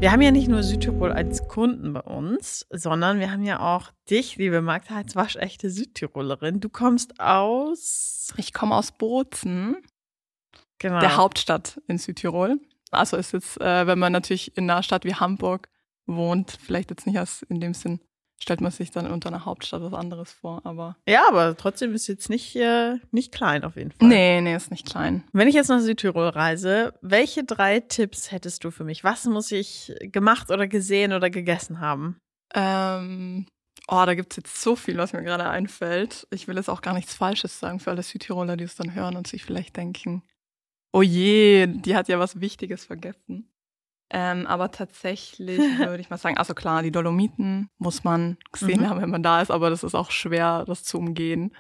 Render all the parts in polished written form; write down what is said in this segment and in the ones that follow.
Wir haben ja nicht nur Südtirol als Kunden bei uns, sondern wir haben ja auch dich, liebe Magda, als waschechte Südtirolerin. Du kommst aus... Ich komme aus Bozen, Genau. der Hauptstadt in Südtirol. Also ist jetzt, wenn man natürlich in einer Stadt wie Hamburg wohnt, vielleicht jetzt nicht als in dem Sinn, stellt man sich dann unter einer Hauptstadt was anderes vor, aber... Ja, aber trotzdem ist jetzt nicht klein auf jeden Fall. Nee, ist nicht klein. Wenn ich jetzt nach Südtirol reise, welche 3 Tipps hättest du für mich? Was muss ich gemacht oder gesehen oder gegessen haben? Da gibt's jetzt so viel, was mir gerade einfällt. Ich will jetzt auch gar nichts Falsches sagen für alle Südtiroler, die es dann hören und sich vielleicht denken, oh je, die hat ja was Wichtiges vergessen. Aber tatsächlich würde ich mal sagen, also klar, die Dolomiten muss man gesehen haben, wenn man da ist, aber das ist auch schwer, das zu umgehen.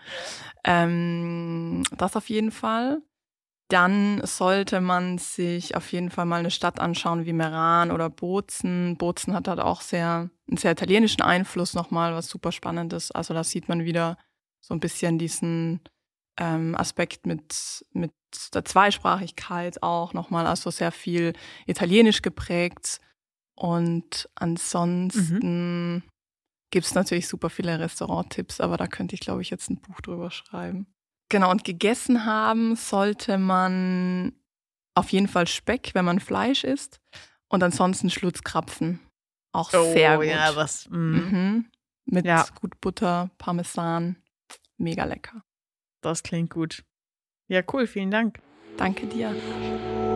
Das auf jeden Fall. Dann sollte man sich auf jeden Fall mal eine Stadt anschauen wie Meran oder Bozen. Bozen hat halt auch einen sehr italienischen Einfluss nochmal, was super spannend ist. Also da sieht man wieder so ein bisschen diesen Aspekt mit der Zweisprachigkeit auch nochmal, also sehr viel italienisch geprägt. Und ansonsten gibt's natürlich super viele Restauranttipps, aber da könnte ich, glaube ich, jetzt ein Buch drüber schreiben. Genau, und gegessen haben sollte man auf jeden Fall Speck, wenn man Fleisch isst. Und ansonsten Schlutzkrapfen. Auch sehr gut. Ja, das. Mit gut Butter, Parmesan. Mega lecker. Das klingt gut. Ja, cool, vielen Dank. Danke dir.